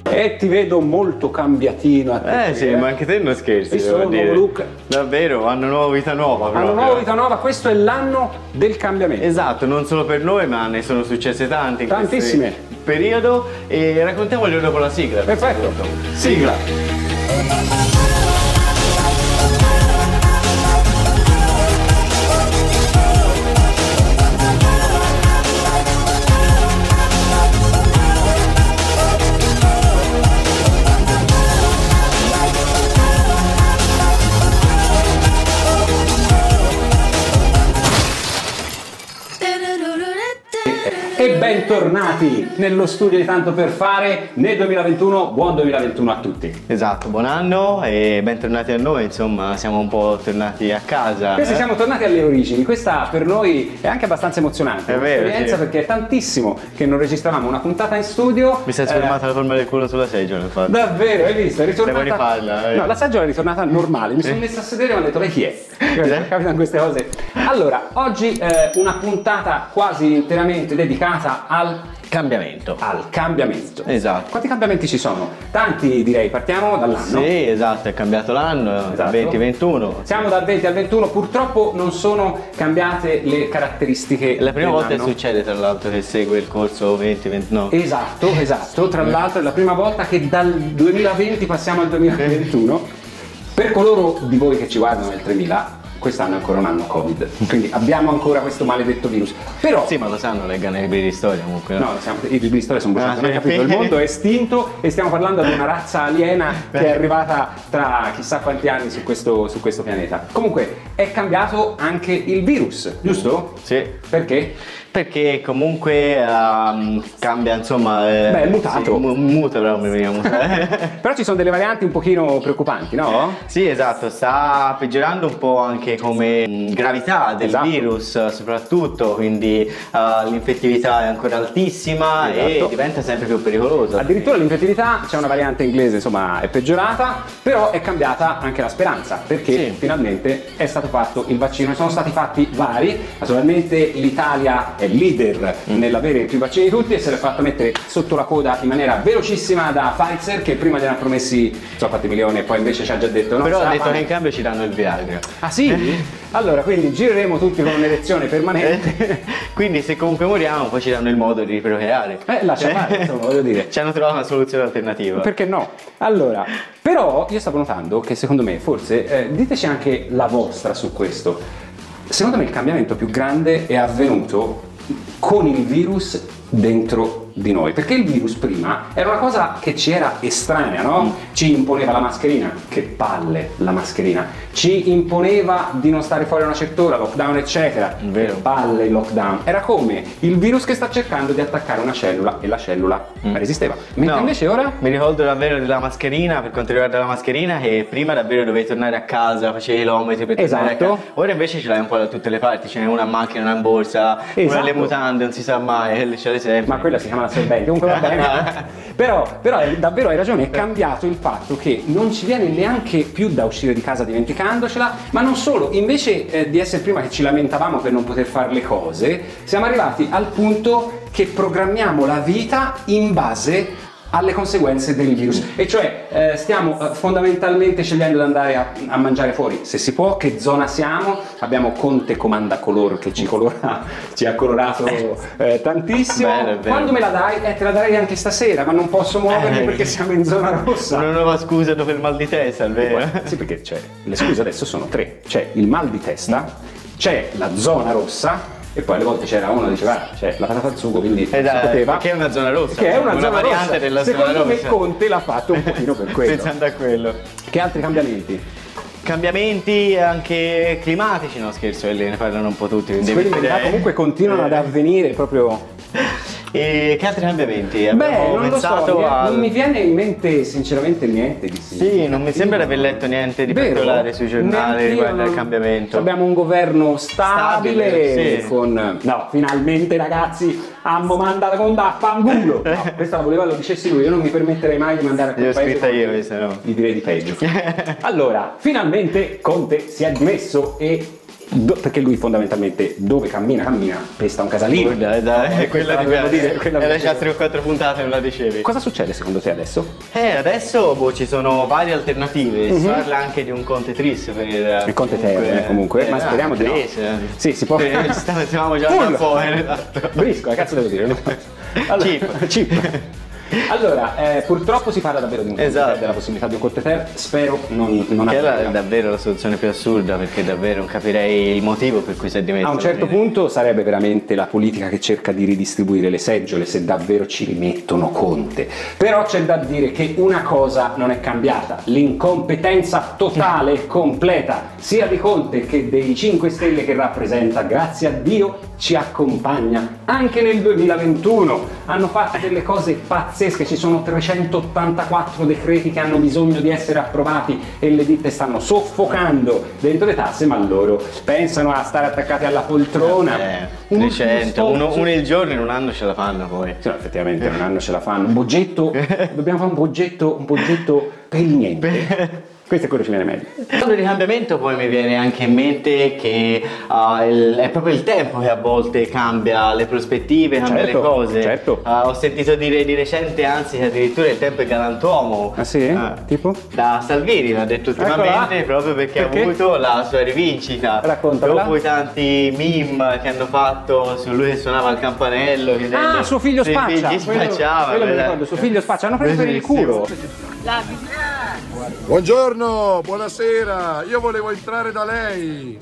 E ti vedo molto cambiatino a te. Sì, ma anche te non scherzi, Visto devo il nuovo dire. look. Davvero, hanno nuova vita nuova proprio. Hanno nuova vita nuova, questo è l'anno del cambiamento. Esatto, non solo per noi, ma ne sono successe tante in Tantissime. questo periodo. E raccontiamoglielo dopo la sigla. Perfetto. Sigla. E bentornati nello studio di Tanto per Fare nel 2021, buon 2021 a tutti. Esatto, buon anno e bentornati a noi, insomma siamo un po' tornati a casa. Questi siamo tornati alle origini, questa per noi è anche abbastanza emozionante. È vero, un'esperienza sì. Perché è tantissimo che non registravamo una puntata in studio. Mi si è sformata la forma del culo sulla seggiola, infatti. Davvero, hai visto? È ritornata. Devo rifarla. No, la seggiola è ritornata normale, mi sono messa a sedere e mi ho detto lei chi è? Capitano queste cose. Allora, oggi una puntata quasi interamente dedicata al cambiamento. Esatto. Quanti cambiamenti ci sono? Tanti direi, partiamo dall'anno. Sì, esatto, è cambiato l'anno, Esatto. 2021. Siamo dal 20 al 21, purtroppo non sono cambiate le caratteristiche. È la prima volta che dell'anno. succede tra l'altro che segue il corso 20-20, Esatto, tra l'altro è la prima volta che dal 2020 passiamo al 2021. Per coloro di voi che ci guardano nel 3000, quest'anno è ancora un anno Covid, quindi abbiamo ancora questo maledetto virus. Però Sì, ma lo sanno, leggano i libri di storia comunque, no? i libri di storia sono bruciati, non hai capito, il mondo è estinto e stiamo parlando di una razza aliena che è arrivata tra chissà quanti anni su questo pianeta. Comunque è cambiato anche il virus, giusto? Sì. Perché? Perché comunque cambia, insomma. Beh, è mutato. Sì, muta, però mi veniva Però ci sono delle varianti un pochino preoccupanti, no? Sì, esatto, sta peggiorando un po' anche come gravità del Esatto. virus soprattutto, quindi l'infettività è ancora altissima e Esatto. diventa sempre più pericolosa. Addirittura l'infettività, c'è una variante inglese, insomma, è peggiorata, però è cambiata anche la speranza, perché Sì. finalmente è stato fatto il vaccino. Ne sono stati fatti vari, naturalmente l'Italia è leader nell'avere più vaccini di tutti e se l'è fatto mettere sotto la coda in maniera velocissima da Pfizer, che prima gli hanno promessi so quanti milioni e poi invece ci ha già detto no. Però ha sarà detto mai. che in cambio ci danno il Viagra. Ah sì? Allora, quindi gireremo tutti con un'erezione permanente. Quindi se comunque moriamo poi ci danno il modo di riprocreare. Lascia fare, insomma, voglio dire. Ci hanno trovato una soluzione alternativa. Perché no? Allora, però io stavo notando che secondo me, forse, diteci anche la vostra su questo. Secondo me il cambiamento più grande è avvenuto con il virus dentro di noi, perché il virus prima era una cosa che ci era estranea, no? Ci imponeva la mascherina, che palle la mascherina, ci imponeva di non stare fuori a una certa ora, lockdown eccetera, Vero. che palle il lockdown, era come il virus che sta cercando di attaccare una cellula e la cellula resisteva, mentre No, invece ora mi ricordo davvero della mascherina, per quanto riguarda la mascherina, che prima davvero dovevi tornare a casa, facevi chilometri per tornare a Esatto. casa. Ora invece ce l'hai un po' da tutte le parti, ce n'è una in macchina, una in borsa, una Esatto. alle mutande, non si sa mai, ce l'hai sempre. ma quella si chiama la servente, comunque va bene. però davvero hai ragione, è cambiato il fatto che non ci viene neanche più da uscire di casa dimenticandocela, ma non solo, invece di essere prima che ci lamentavamo per non poter fare le cose, siamo arrivati al punto che programmiamo la vita in base alle conseguenze del virus, e cioè stiamo fondamentalmente scegliendo di andare a mangiare fuori se si può. Che zona siamo? Abbiamo Conte Comanda Color che ci ha colorato tantissimo. Bello, bello. Quando me la dai? Te la darei anche stasera, ma non posso muovermi perché siamo in zona rossa. Una nuova scusa dopo il mal di testa, è vero? Sì, perché le scuse adesso sono tre: c'è il mal di testa, c'è la zona rossa e poi alle volte c'era uno che diceva c'è la patata al sugo, quindi si poteva, che è una zona rossa, che è una zona variante rossa. della Secondo zona me rossa. Conte l'ha fatto un pochino per quello. Pensando a quello. Che altri cambiamenti? Cambiamenti anche climatici, no scherzo, ne parlano un po' tutti. quindi Quelli in realtà comunque continuano ad avvenire proprio. E che altri cambiamenti? Beh, Abbiamo non lo pensato so, al... non mi viene in mente sinceramente niente di Sì, non mi sembra di aver letto niente di Vero? particolare sui giornali Neanch'io riguardo al non- cambiamento. Abbiamo un governo stabile, sì. con... No, finalmente ragazzi, ammo mandata con da fangulo. No, questa la voleva lo dicessi lui, io non mi permetterei mai di mandare a quel L'ho paese. scritta io questa, no? Gli direi di peggio. Allora, finalmente Conte si è dimesso e perché lui fondamentalmente dove cammina pesta un casalino. Quella dobbiamo dire, quella le altre 4 puntate non la dicevi. Cosa succede secondo te adesso? Adesso ci sono varie alternative, si parla anche di un Conte Tris per il Conte Terme comunque, ma speriamo di no. Sì, si può. Stiamo già un po', esatto. Brisco, cazzo devo dire? Allora, chip. Allora, purtroppo si parla davvero di un Conte Ter, della possibilità di un Conte Ter, spero non è davvero la soluzione più assurda, perché davvero non capirei il motivo per cui si è dimesso. A un certo punto sarebbe veramente la politica che cerca di ridistribuire le seggiole, se davvero ci rimettono Conte. Però c'è da dire che una cosa non è cambiata: l'incompetenza totale e completa sia di Conte che dei 5 Stelle che rappresenta, grazie a Dio, ci accompagna anche nel 2021. Hanno fatto delle cose pazzesche, ci sono 384 decreti che hanno bisogno di essere approvati e le ditte stanno soffocando dentro le tasse, ma loro pensano a stare attaccati alla poltrona. 300, uno il giorno in un anno ce la fanno poi. Sì, no, effettivamente in un anno ce la fanno. Un boggetto, dobbiamo fare un boggetto per il niente. Questo è quello che ci viene meglio. Parlando di cambiamento, poi mi viene anche in mente che è proprio il tempo che a volte cambia le prospettive, cambia le cose. Certo. Ho sentito dire di recente, anzi, che addirittura il tempo è galantuomo. Ah sì? Tipo? Da Salvini l'ha detto ultimamente, proprio perché ha avuto la sua rivincita. Raccontamela. Dopo i tanti meme che hanno fatto su lui che suonava il campanello. Suo figlio spaccia. Figli spacciava. Quello mi ricordo, suo figlio spaccia. Hanno preso per il culo. Buongiorno, buonasera, io volevo entrare da lei.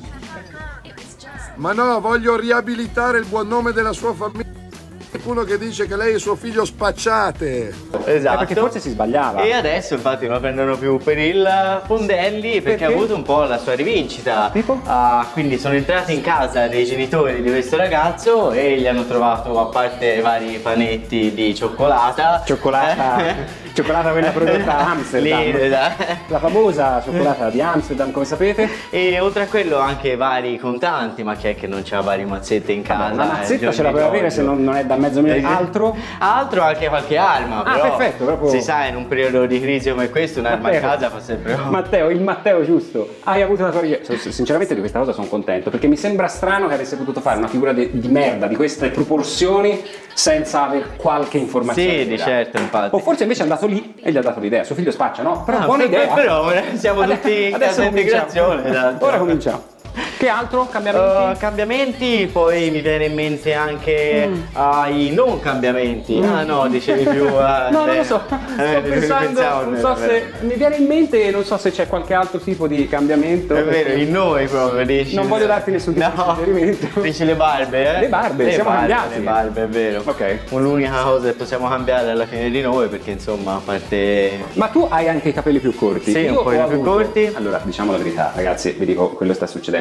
Ma no, voglio riabilitare il buon nome della sua famiglia. Qualcuno che dice che lei e suo figlio spacciate. Esatto. Perché forse si sbagliava. E adesso infatti non lo prendono più per il Fondelli perché ha avuto un po' la sua rivincita. Tipo? Quindi sono entrati in casa dei genitori di questo ragazzo e gli hanno trovato, a parte vari panetti di cioccolata. Cioccolata quella prodotta a Amsterdam. La famosa cioccolata di Amsterdam, come sapete. E oltre a quello anche vari contanti, ma chi è che non c'ha varie mazzette in casa? Una mazzetta ce la puoi avere se non è da mezzo milione. Altro anche qualche arma. Però, perfetto, proprio. Si sa, in un periodo di crisi come questo un'arma a casa fa sempre. Matteo, il Matteo giusto. Hai avuto la tua sinceramente di questa cosa sono contento, perché mi sembra strano che avesse potuto fare una figura di merda di queste proporzioni senza aver qualche informazione. Sì, di certo, infatti. O forse invece è andato lì e gli ha dato l'idea. Suo figlio spaccia, no? Però buona idea. Però siamo tutti in casa integrazione. Esatto. Ora cominciamo. Che altro? Cambiamenti, poi mi viene in mente anche i non cambiamenti. No, dicevi più. No, non lo so. Sto pensando, non so se mi viene in mente, non so se c'è qualche altro tipo di cambiamento. È vero, in noi proprio dici. Non voglio darti nessun tipo di suggerimento. Dici le barbe, Le barbe, siamo cambiati. Le barbe, è vero. Ok. L'unica cosa che possiamo cambiare alla fine di noi, perché insomma, a parte. Ma tu hai anche i capelli più corti. Sì, un po' più corti. Allora, diciamo la verità, ragazzi, vi dico, quello sta succedendo.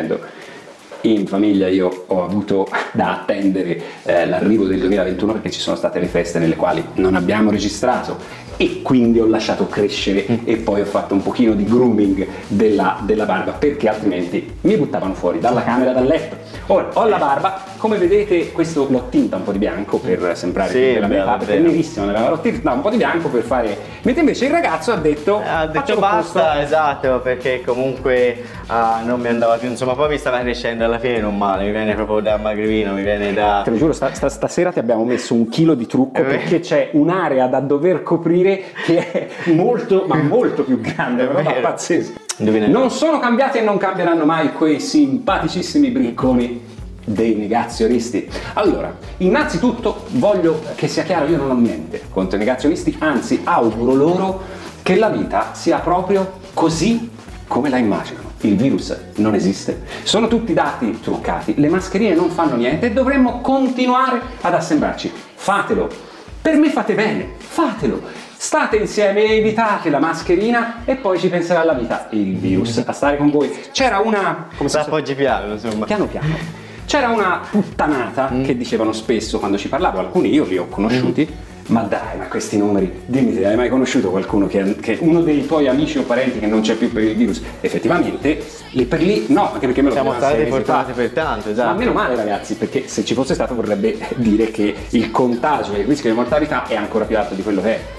In famiglia io ho avuto da attendere l'arrivo del 2021 perché ci sono state le feste nelle quali non abbiamo registrato e quindi ho lasciato crescere e poi ho fatto un pochino di grooming della barba perché altrimenti mi buttavano fuori dalla camera, dal letto. Ora ho la barba, come vedete questo l'ho tinta un po' di bianco per sembrare più della mia età, perché è nerissima, l'ho tinta un po' di bianco per fare, mentre invece il ragazzo ha detto basta, esatto, perché comunque non mi andava più, insomma poi mi stava crescendo alla fine non male, mi viene proprio da magrivino, mi viene da... Te lo giuro, stasera ti abbiamo messo 1 chilo di trucco perché c'è un'area da dover coprire che è molto, ma molto più grande, però è pazzesco. Non sono cambiati e non cambieranno mai quei simpaticissimi brinconi dei negazionisti. Allora, innanzitutto voglio che sia chiaro, io non ho niente contro i negazionisti, anzi auguro loro che la vita sia proprio così come la immaginano. Il virus non esiste, sono tutti dati truccati, le mascherine non fanno niente e dovremmo continuare ad assemblarci. Fatelo, per me fate bene, fatelo. State insieme, evitate la mascherina e poi ci penserà la vita, il virus, a stare con voi. C'era una... come si appoggi piano, insomma. Piano piano. C'era una puttanata che dicevano spesso quando ci parlavo, alcuni io li ho conosciuti, ma dai, ma questi numeri, dimmi se hai mai conosciuto qualcuno che uno dei tuoi amici o parenti che non c'è più per il virus. Effettivamente, lì per lì, no, anche perché me lo siamo stati fortunati per tanto, esatto. Ma meno male ragazzi, perché se ci fosse stato vorrebbe dire che il contagio e il rischio di mortalità è ancora più alto di quello che è.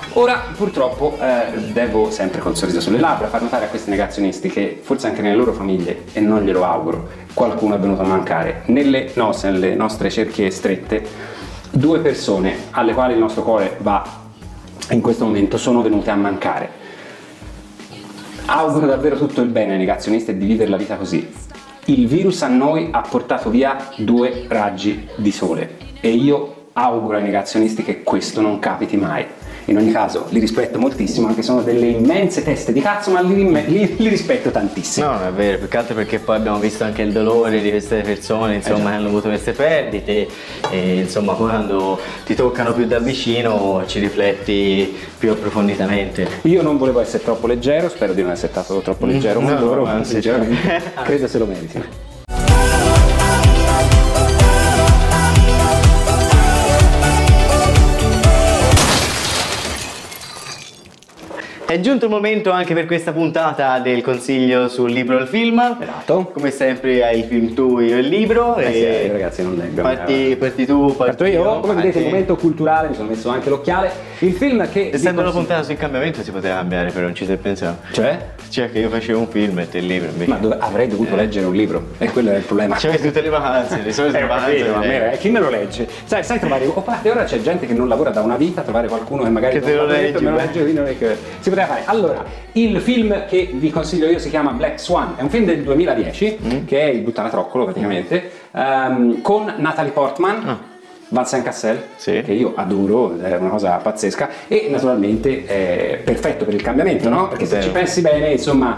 Ora purtroppo devo sempre col sorriso sulle labbra far notare a questi negazionisti che forse anche nelle loro famiglie, e non glielo auguro, qualcuno è venuto a mancare. Nelle nostre cerchie strette, 2 persone alle quali il nostro cuore va in questo momento sono venute a mancare. Auguro davvero tutto il bene ai negazionisti e di vivere la vita così. Il virus a noi ha portato via 2 raggi di sole e io auguro ai negazionisti che questo non capiti mai. In ogni caso li rispetto moltissimo, anche sono delle immense teste di cazzo, ma li rispetto tantissimo. No, non è vero, più che altro perché poi abbiamo visto anche il dolore di queste persone, insomma, che hanno avuto queste perdite e insomma poi quando ti toccano più da vicino ci rifletti più approfonditamente. Io non volevo essere troppo leggero, spero di non essere stato troppo leggero con loro, ma sinceramente credo se lo meritino. È giunto il momento anche per questa puntata del consiglio sul libro o il film. Esatto. Come sempre hai il film tu, io il libro. Sì, io ragazzi non leggo. Parti tu, parto io. Come vedete il momento culturale, mi sono messo anche l'occhiale. Il film che... Essendo una puntata sul cambiamento si poteva cambiare, però non ci sei pensato. Cioè? Cioè che io facevo un film e te il libro invece. Ma avrei dovuto leggere un libro e quello è il problema. C'è tutte le vacanze, le solite vacanze. Chi me lo legge? Sai trovare... ora c'è gente che non lavora da una vita, trovare qualcuno che magari... Che te lo legge. Me lo legge, quindi non è che... Si poteva fare. Allora, il film che vi consiglio io si chiama Black Swan, è un film del 2010 che è il buttanatroccolo praticamente, con Natalie Portman, Vincent Cassel, sì, che io adoro, è una cosa pazzesca, e naturalmente è perfetto per il cambiamento, no? Perché se ci pensi bene, insomma,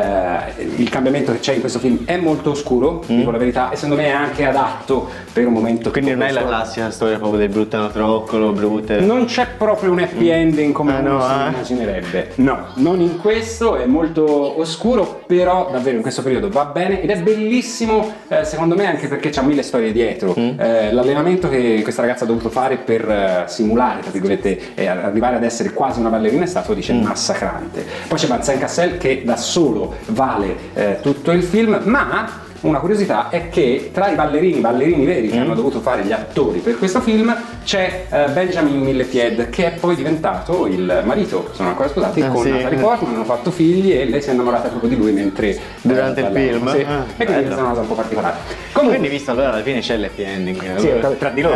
il cambiamento che c'è in questo film è molto oscuro, dico la verità, e secondo me è anche adatto per un momento. Quindi non è la classica storia proprio del buttanatroccolo, brutte. Non c'è proprio un happy ending come uno si immaginerebbe. No, non in questo, è molto oscuro, però davvero in questo periodo va bene ed è bellissimo, secondo me, anche perché c'ha 1000 storie dietro. L'allenamento che questa ragazza ha dovuto fare per simulare, tra virgolette, e arrivare ad essere quasi una ballerina è stato, dice, massacrante. Poi c'è Vincent Cassel che da solo vale tutto il film, ma una curiosità è che tra i ballerini veri che hanno dovuto fare gli attori per questo film c'è Benjamin Millepied, che è poi diventato il marito, sono ancora sposati, con Natalie Portman, hanno fatto figli e lei si è innamorata proprio di lui mentre durante il film. Sì. E quindi questa è una cosa un po' particolare. Quindi visto allora alla fine c'è l'happy ending. Sì, tra di loro,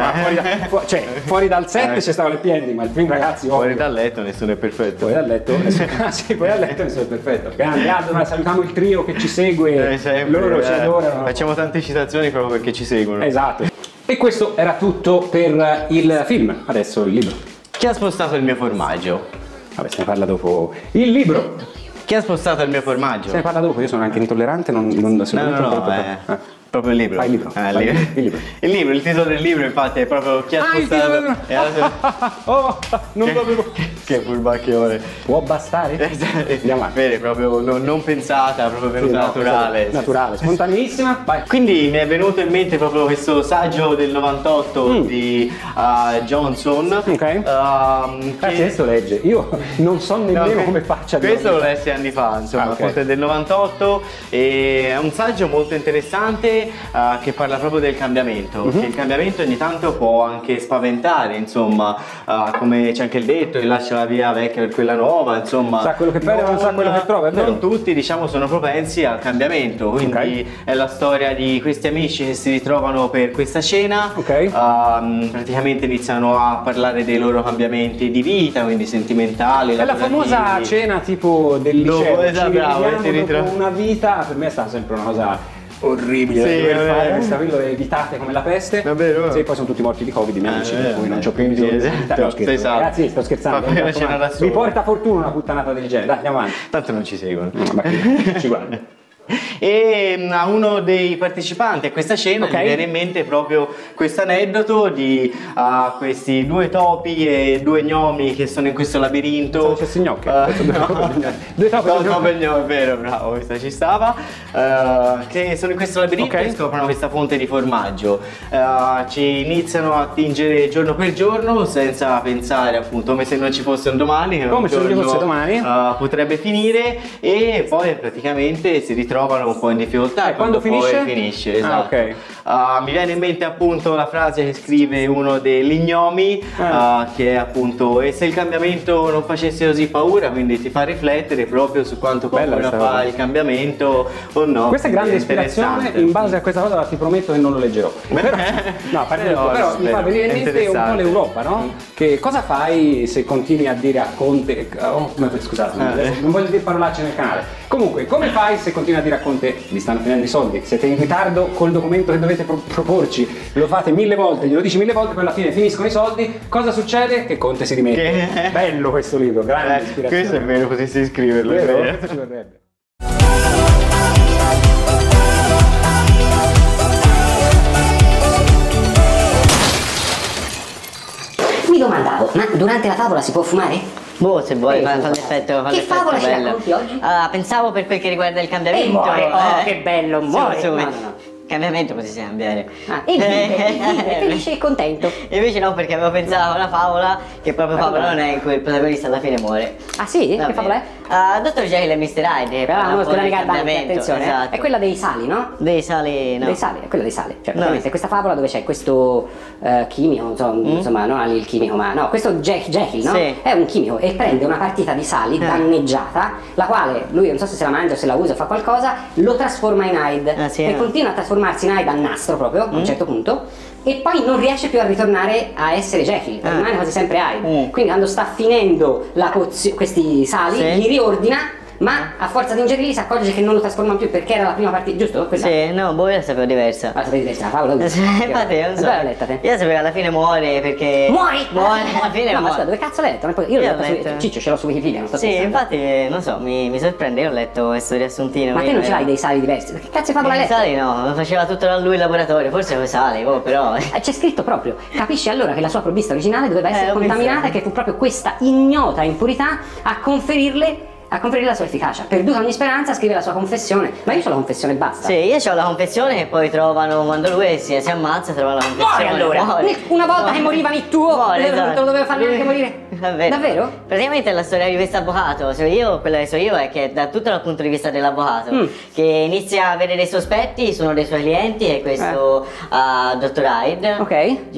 fuori dal set c'è stato l'happy ending, ma il film, ragazzi, fuori dal letto nessuno è perfetto. Fuori dal letto nessuno è perfetto. Grande, allora salutiamo il trio che ci segue, loro ci adorano. Facciamo tante citazioni proprio perché ci seguono. Esatto. E questo era tutto per il film, adesso il libro. Chi ha spostato il mio formaggio? Vabbè, se ne parla dopo. Il libro. Chi ha spostato il mio formaggio? Se ne parla dopo, io sono anche intollerante, non proprio il libro. Il libro. Il titolo del libro infatti è proprio chi ha spostato. Non l'avevo. Che furbacchione. Può bastare? Andiamo avanti. Vedi, proprio non pensata, proprio venuta naturale. Naturale, spontaneissima. Vai. Quindi mi è venuto in mente proprio questo saggio del 98 di Johnson. Ok. Questo legge. Io non so nemmeno come faccia. Questo lo lessi anni fa, insomma, appunto è del 98 e è un saggio molto interessante che parla proprio del cambiamento. Che il cambiamento ogni tanto può anche spaventare, insomma, come c'è anche il detto, che lascia la via vecchia per quella nuova, insomma. Sa quello che perde, non sa quello che trova, è vero? Non tutti, diciamo, sono propensi al cambiamento, quindi è la storia di questi amici che si ritrovano per questa cena. Praticamente iniziano a parlare dei loro cambiamenti di vita, quindi sentimentali. È la famosa cena tipo del liceo, dopo una vita, per me è stata sempre una cosa orribile da dover fare questa, quello è evitate come la peste. Davvero? Sì, poi sono tutti morti di Covid, i miei amici, per cui non c'ho più ragazzi, sto scherzando. Mi porta fortuna una puttanata del genere. Dai, andiamo avanti. Tanto non ci seguono. Ci guarda. E a uno dei partecipanti a questa cena gli viene in mente proprio questo aneddoto di questi 2 topi e 2 gnomi che sono in questo labirinto. C'è gnocchi. 2 topi e gnomi, è vero, bravo, questa ci stava. Che sono in questo labirinto e scoprono questa fonte di formaggio. Ci iniziano a attingere giorno per giorno senza pensare, appunto, come se non ci fosse un domani. Come se non ci fosse domani. Potrebbe finire e poi praticamente si ritrovano trovano un po' in difficoltà e quando finisce? Poi finisce, esatto. Ok. Mi viene in mente appunto la frase che scrive uno degli gnomi, che è appunto: e se il cambiamento non facesse così paura, quindi ti fa riflettere proprio su quanto paura fa il cambiamento o no. Questa è grande ispirazione, in base a questa cosa ti prometto che non lo leggerò. Però, no, però mi fa venire in mente un po' l'Europa, no? Che cosa fai se continui a dire a Conte, scusate, non voglio dire parolacce nel canale. Comunque, come fai se continui a dire a Conte vi stanno finendo i soldi, siete in ritardo col documento che dovete proporci, lo fate 1000 volte, glielo dici 1000 volte, poi alla fine finiscono i soldi, cosa succede? Che Conte si rimette. Bello questo libro, grande ispirazione. Questo è vero, potessi scriverlo. Questo ci vorrebbe. Mi domandavo, ma durante la favola si può fumare? Boh, se vuoi, fa l'effetto. Che favola ci racconti oggi? Pensavo per quel che riguarda il cambiamento. Muore, che bello, muore. No. Cambiamento così si cambiare. E vive, felice e contento. Invece no, perché avevo pensato a una favola che proprio favola non è in cui il protagonista alla fine muore. Ah sì? Che favola è? Dottor Jekyll e Mr. Hyde. Però quella di Garbanti, attenzione, esatto. È quella dei sali, no? Dei sali, no. Dei sali, è quella dei sali. Cioè, ovviamente questa favola dove c'è questo chimico, insomma, non il chimico, ma no, questo Jekyll, no? Sì. È un chimico e prende una partita di sali danneggiata, la quale lui non so se la mangia o se la usa o fa qualcosa, lo trasforma in Hyde. E continua a trasformarsi in Hyde a nastro proprio, a un certo punto, e poi non riesce più a ritornare a essere Jekyll, rimane quasi sempre Hyde. Quindi quando sta finendo questi sali, li riordina, ma a forza di ingerirli si accorge che non lo trasforma più perché era la prima partita, giusto? Quella? Sì, no, voi la sapevo diversa. La sapevi diversa, la favola? Infatti, non so. Dove l'hai letta te? Io sapevo che alla fine muore perché... Muori alla fine no, muore. ma scusa, dove cazzo l'hai letto? Io l'ho letto su Ciccio, ce l'ho su Wikipedia, non sto pensando. Infatti, non so, mi sorprende, io ho letto questo riassuntino. Ma te non ce l'hai dei sali diversi? Che cazzo di favola hai letto? Sali no, lo faceva tutto da lui in laboratorio, forse con i sali, però... C'è scritto proprio, capisci allora che la sua provvista originale doveva essere contaminata e che fu proprio questa ignota impurità a conferirle la sua efficacia. Perduta ogni speranza, scrive la sua confessione. Ma io ho la confessione e basta. Sì, io ho la confessione e poi trovano, quando lui si ammazza, trova la confessione. Muore allora! Una volta che moriva tuo, te lo doveva far neanche morire. Davvero? Praticamente la storia di questo avvocato, quella che so io è che da tutto dal punto di vista dell'avvocato, che inizia a avere dei sospetti, sono dei suoi clienti e questo Dottor Hyde. Ok.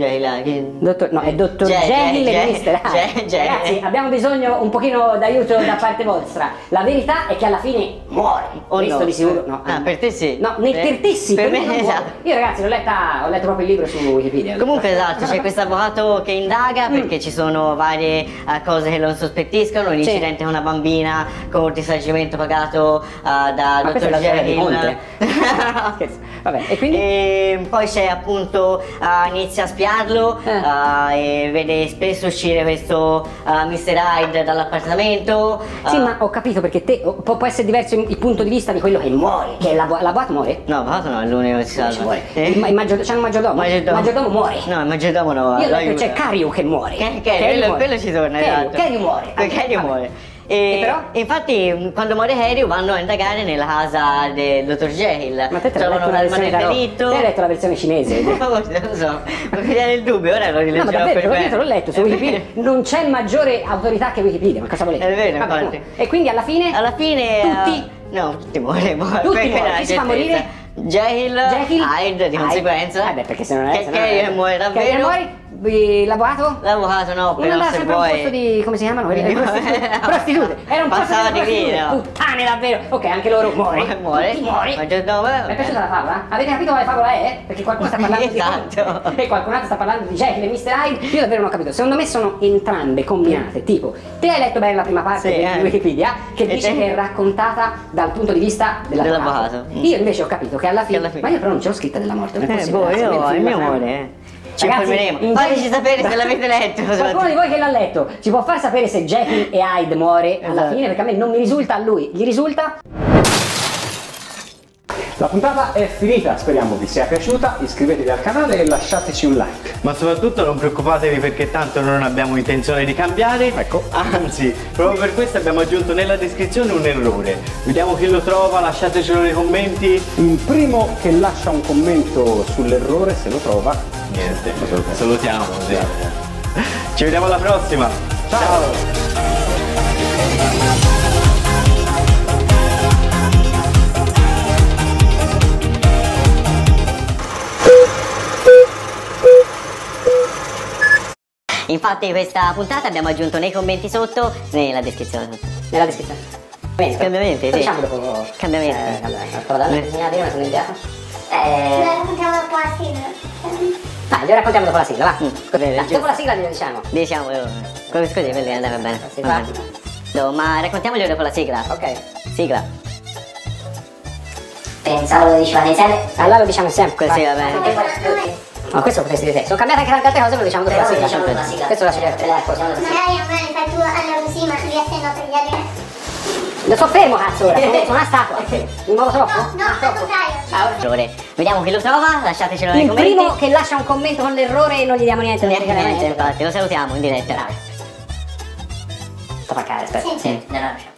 È Dottor Jekyll e Mr. Hyde. Ragazzi, abbiamo bisogno un pochino d'aiuto da parte vostra. La verità è che alla fine muore. Questo di sicuro. No. Per te sì. No, per te sì, per me non esatto. muore. Io ragazzi ho letto proprio il libro su Wikipedia. Comunque esatto, c'è questo avvocato che indaga perché ci sono varie cose che lo sospettiscono, un incidente con una bambina con un risarcimento pagato da Dottor Jekyll. Vabbè, e quindi? E poi c'è appunto, inizia a spiarlo e vede spesso uscire questo Mr. Hyde dall'appartamento. Sì, ma ho capito perché può essere diverso il punto di vista di quello che muore, che l'avvocato muore? No, l'avvocato no, è l'unico che si salva. C'è un maggiordomo? Il maggiordomo muore? No, il maggiordomo no. Io ho detto c'è Cario che muore. Quello ci torna, esatto. Cario muore. Cario muore. E infatti quando muore Harry vanno a indagare nella casa del Dottor Jekyll. Ma te l'hai letto la versione delitto. Te hai letto la versione cinese? Non lo so, mi viene il dubbio, ora lo rileggerò. No, ma davvero, io te l'ho letto su Wikipedia. Non c'è maggiore autorità che Wikipedia, ma cosa volete? È vero, infatti. E quindi alla fine? Tutti? No, tutti muoiono. Tutti muoiono, chi si fa morire? Jekyll, Hyde di conseguenza. Perché se non è... Che muore davvero. L'avvocato? L'avvocato no, però andava se sempre vuoi... un posto di... come si chiamano? Prostitute. Era un posto di prostitute. Puttane davvero. Ok, anche loro muore. Muore. Mi è piaciuta la favola? Avete capito quale favola è? Perché qualcuno sta parlando esatto. E qualcun altro sta parlando di Jekyll e Mr. Hyde. Io davvero non ho capito. Secondo me sono entrambe combinate. Tipo, te hai letto bene la prima parte di Wikipedia che dice che è raccontata dal punto di vista dell'avvocato. Io invece ho capito che alla fine... Ma io però non ce l'ho scritta della morte. Io il mio muore. Ci informeremo. Fateci sapere se l'avete letto. Qualcuno di voi che l'ha letto ci può far sapere se Jekyll e Hyde muore alla fine, perché a me non mi risulta, a lui gli risulta. La puntata è finita, speriamo vi sia piaciuta, iscrivetevi al canale e lasciateci un like. Ma soprattutto non preoccupatevi perché tanto non abbiamo intenzione di cambiare, anzi, proprio per questo abbiamo aggiunto nella descrizione un errore. Vediamo chi lo trova, lasciatecelo nei commenti. Il primo che lascia un commento sull'errore, se lo trova, niente, salutiamo. Ci vediamo alla prossima. Ciao. Infatti questa puntata abbiamo aggiunto nei commenti sotto, nella descrizione. Nella descrizione. Cambiamenti, sì. Diciamo dopo. Cambiamenti. Allora, bisogna dire, ma sono indietro. Lo raccontiamo dopo la sigla. Dai, lo raccontiamo dopo la sigla, va. Bene, Dai, dopo la sigla glielo diciamo. Diciamolo. Così andava bene. Si Va fa? bene. No, ma raccontiamolo dopo la sigla. Ok. Sigla. Pensavo lo dicevate insieme. Allora lo diciamo insieme. Così va bene. Ma questo lo potresti dire te. Sono cambiate anche tante altre cose, lo diciamo dopo la sigla. diciamo dopo la sigla. Questo lo lascio dire. Magari a me ne fai tu allora così, ma lui a te no per gli altri. Lo so fermo cazzo ora, sono una statua. Mi muovo troppo? No, al contrario. Errore. Vediamo chi lo trova, lasciatecelo nei Il commenti. primo che lascia un commento con l'errore e non gli diamo niente. Niente, infatti, lo salutiamo in diretta. Sto a fare, aspetta. Sì.